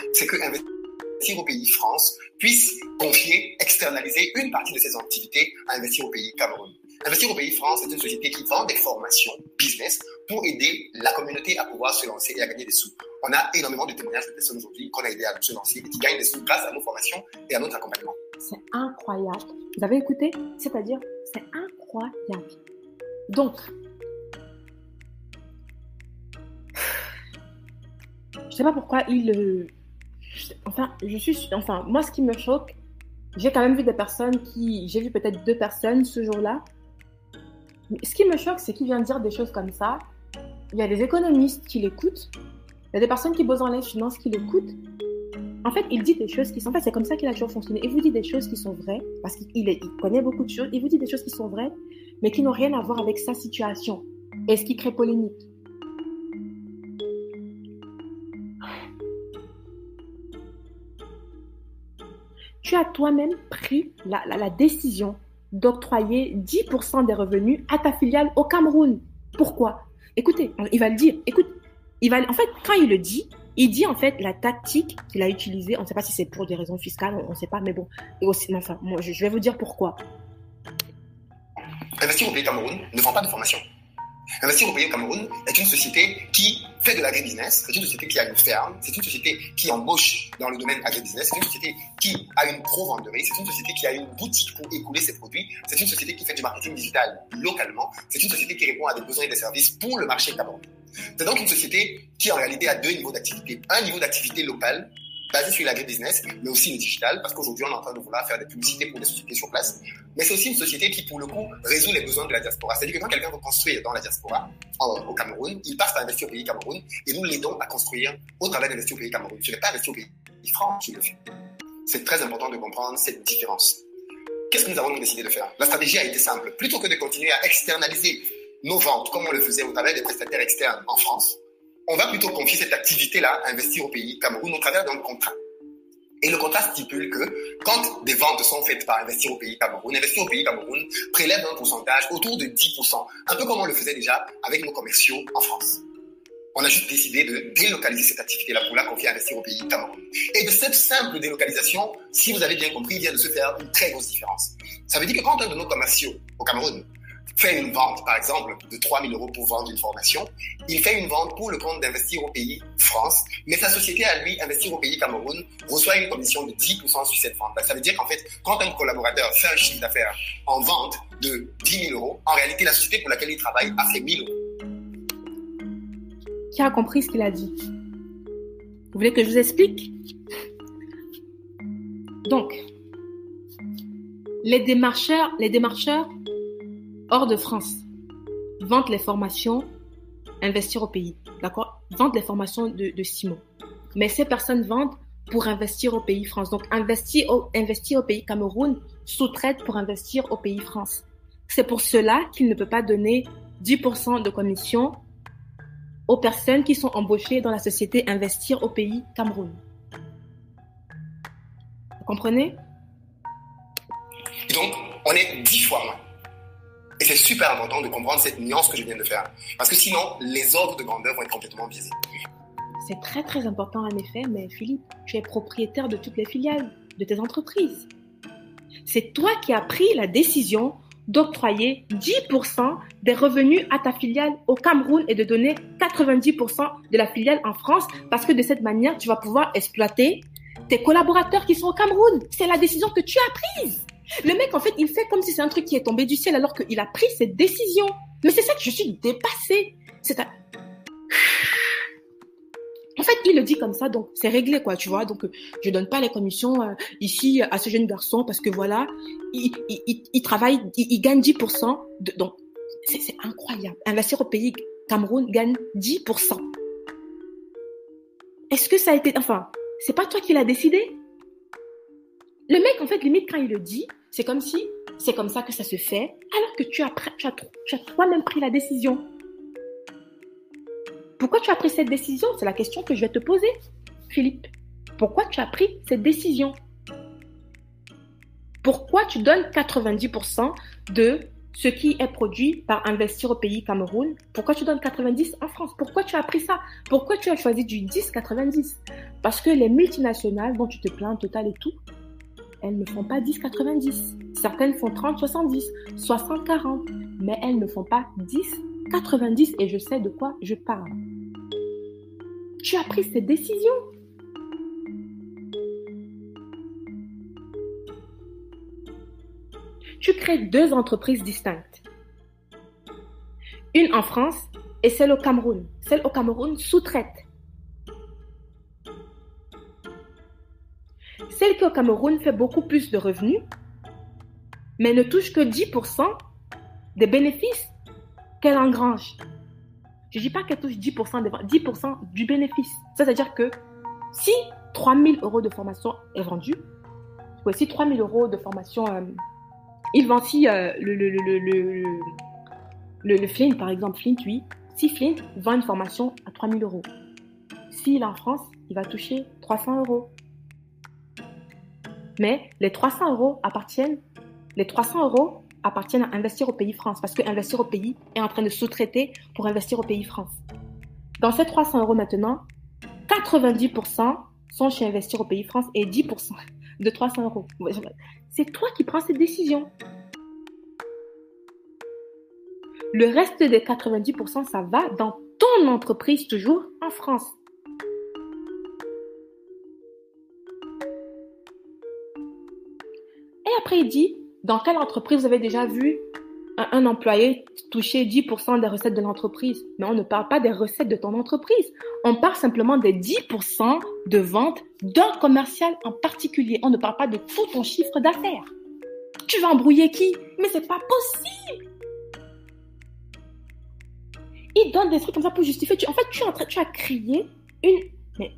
c'est que Investir au pays France puisse confier, externaliser une partie de ses activités à Investir au pays Cameroun. Investir au pays France est une société qui vend des formations business pour aider la communauté à pouvoir se lancer et à gagner des sous. On a énormément de témoignages de personnes aujourd'hui qu'on a aidé à se lancer et qui gagnent des sous grâce à nos formations et à notre accompagnement. C'est incroyable. Vous avez écouté? C'est-à-dire, c'est incroyable. Donc, je ne sais pas pourquoi moi, ce qui me choque, j'ai quand même vu j'ai vu peut-être 2 personnes ce jour-là. Mais ce qui me choque, c'est qu'il vient de dire des choses comme ça. Il y a des économistes qui l'écoutent. Il y a des personnes qui bossent dans les finances qui l'écoutent. En fait, il dit des choses qui sont... En fait, c'est comme ça qu'il a toujours fonctionné. Il vous dit des choses qui sont vraies, parce qu'il connaît beaucoup de choses. Il vous dit des choses qui sont vraies, mais qui n'ont rien à voir avec sa situation. Et ce qui crée polémique. Tu as toi-même pris la décision d'octroyer 10% des revenus à ta filiale au Cameroun. Pourquoi? Écoutez, il va le dire. En fait, quand il le dit, il dit en fait la tactique qu'il a utilisée. On ne sait pas si c'est pour des raisons fiscales, on ne sait pas, mais bon. Moi, je vais vous dire pourquoi. Investir au pays Cameroun ne vend pas de formation. Investir au pays Cameroun est une société qui fait de l'agribusiness, c'est une société qui a une ferme, c'est une société qui embauche dans le domaine agribusiness, c'est une société qui a une pro-venderie, c'est une société qui a une boutique pour écouler ses produits, c'est une société qui fait du marketing digital localement, c'est une société qui répond à des besoins et des services pour le marché camerounais. C'est donc une société qui en réalité a 2 niveaux d'activité. Un niveau d'activité locale, basé sur l'agribusiness, mais aussi le digital, parce qu'aujourd'hui, on est en train de vouloir faire des publicités pour des sociétés sur place. Mais c'est aussi une société qui, pour le coup, résout les besoins de la diaspora. C'est-à-dire que quand quelqu'un veut construire dans la diaspora, au Cameroun, il passe par Investir au pays Cameroun, et nous l'aidons à construire au travers d'Investir au pays Cameroun. Ce n'est pas Investir au pays France qui le fait. C'est très important de comprendre cette différence. Qu'est-ce que nous avons décidé de faire? La stratégie a été simple. Plutôt que de continuer à externaliser nos ventes, comme on le faisait au travers des prestataires externes en France, on va plutôt confier cette activité-là à Investir au pays Cameroun au travers d'un contrat. Et le contrat stipule que quand des ventes sont faites par Investir au pays Cameroun, Investir au pays Cameroun prélève un pourcentage autour de 10%, un peu comme on le faisait déjà avec nos commerciaux en France. On a juste décidé de délocaliser cette activité-là pour la confier à Investir au pays Cameroun. Et de cette simple délocalisation, si vous avez bien compris, il vient de se faire une très grosse différence. Ça veut dire que quand un de nos commerciaux au Cameroun fait une vente, par exemple, de 3 000 € pour vendre une formation, il fait une vente pour le compte d'Investir au pays France, mais sa société à lui, Investir au pays Cameroun, reçoit une commission de 10% sur cette vente. Ça veut dire qu'en fait, quand un collaborateur fait un chiffre d'affaires en vente de 10 000 €, en réalité, la société pour laquelle il travaille a fait 1 000 €. Qui a compris ce qu'il a dit? Vous voulez que je vous explique? Donc, les démarcheurs hors de France vendent les formations Investir au pays, d'accord? Vendent les formations de Simon. Mais ces personnes vendent pour Investir au pays France. Donc, Investir au pays Cameroun sous-traite pour Investir au pays France. C'est pour cela qu'il ne peut pas donner 10% de commission aux personnes qui sont embauchées dans la société Investir au pays Cameroun. Vous comprenez? Donc, on est 10 fois moins. Et c'est super important de comprendre cette nuance que je viens de faire. Parce que sinon, les ordres de grandeur vont être complètement biaisés. C'est très très important en effet, mais Philippe, tu es propriétaire de toutes les filiales de tes entreprises. C'est toi qui as pris la décision d'octroyer 10% des revenus à ta filiale au Cameroun et de donner 90% de la filiale en France, parce que de cette manière, tu vas pouvoir exploiter tes collaborateurs qui sont au Cameroun. C'est la décision que tu as prise. Le mec, en fait, il fait comme si c'est un truc qui est tombé du ciel alors qu'il a pris cette décision. Mais c'est ça que je suis dépassée. En fait, il le dit comme ça, donc c'est réglé, quoi, tu vois. Donc, je donne pas les commissions ici à ce jeune garçon parce que voilà, il travaille, il gagne 10%. Donc, c'est incroyable. Investir au pays Cameroun gagne 10%. Est-ce que ça a été... Enfin, c'est pas toi qui l'as décidé? Le mec, en fait, limite, quand il le dit, c'est comme si c'est comme ça que ça se fait, alors que tu as toi-même pris la décision. Pourquoi tu as pris cette décision? C'est la question que je vais te poser, Philippe. Pourquoi tu as pris cette décision? Pourquoi tu donnes 90% de ce qui est produit par Investir au pays Cameroun? Pourquoi tu donnes 90% en France? Pourquoi tu as pris ça? Pourquoi tu as choisi du 10-90? Parce que les multinationales dont tu te plains, Total et tout, elles ne font pas 10,90. Certaines font 30,70, 60,40. Mais elles ne font pas 10,90 et je sais de quoi je parle. Tu as pris cette décision. Tu crées 2 entreprises distinctes. Une en France et celle au Cameroun. Celle au Cameroun sous-traite. Celle qui au Cameroun fait beaucoup plus de revenus, mais ne touche que 10% des bénéfices qu'elle engrange. Je ne dis pas qu'elle touche 10% du bénéfice. Ça veut dire que si 3 000 € de formation est vendue, ou si 3 000 € de formation, il vend si le Flint, par exemple, Flint, oui. Si Flint vend une formation à 3 000 €, s'il est en France, il va toucher 300 €. Mais les 300 € appartiennent à Investir au Pays France parce que Investir au Pays est en train de sous-traiter pour Investir au Pays France. Dans ces 300 € maintenant, 90% sont chez Investir au Pays France et 10% de 300 €. C'est toi qui prends cette décision. Le reste des 90%, ça va dans ton entreprise toujours en France. Et après, il dit, dans quelle entreprise vous avez déjà vu un employé toucher 10% des recettes de l'entreprise? Mais on ne parle pas des recettes de ton entreprise. On parle simplement des 10% de vente d'un commercial en particulier. On ne parle pas de tout ton chiffre d'affaires. Tu vas embrouiller qui? Mais c'est pas possible! Il donne des trucs comme ça pour justifier. Tu as crié une... Mais...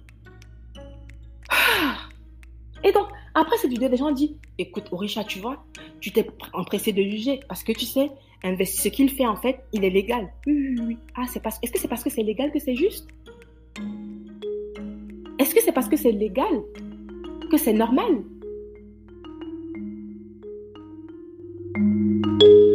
Et donc, après cette vidéo, des gens disent, écoute, Orisha, tu vois, tu t'es empressé de juger parce que tu sais, ce qu'il fait, en fait, il est légal. Oui. Ah, est-ce que c'est parce que c'est légal que c'est juste? Est-ce que c'est parce que c'est légal que c'est normal?